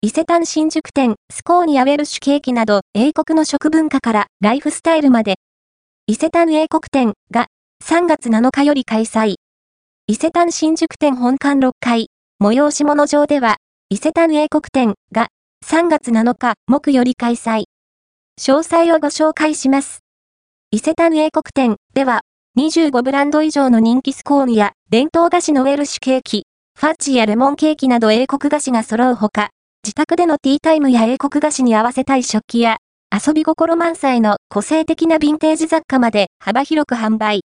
伊勢丹新宿店、スコーニやウェルシュケーキなど、英国の食文化からライフスタイルまで、伊勢丹英国店が3月7日より開催。伊勢丹新宿店本館6階、催し物場では、伊勢丹英国店が3月7日木より開催。詳細をご紹介します。伊勢丹英国店では、25ブランド以上の人気スコーンや伝統菓子のウェルシュケーキ、ファッジやレモンケーキなど英国菓子が揃うほか、自宅でのティータイムや英国菓子に合わせたい食器や、遊び心満載の個性的なヴィンテージ雑貨まで幅広く販売。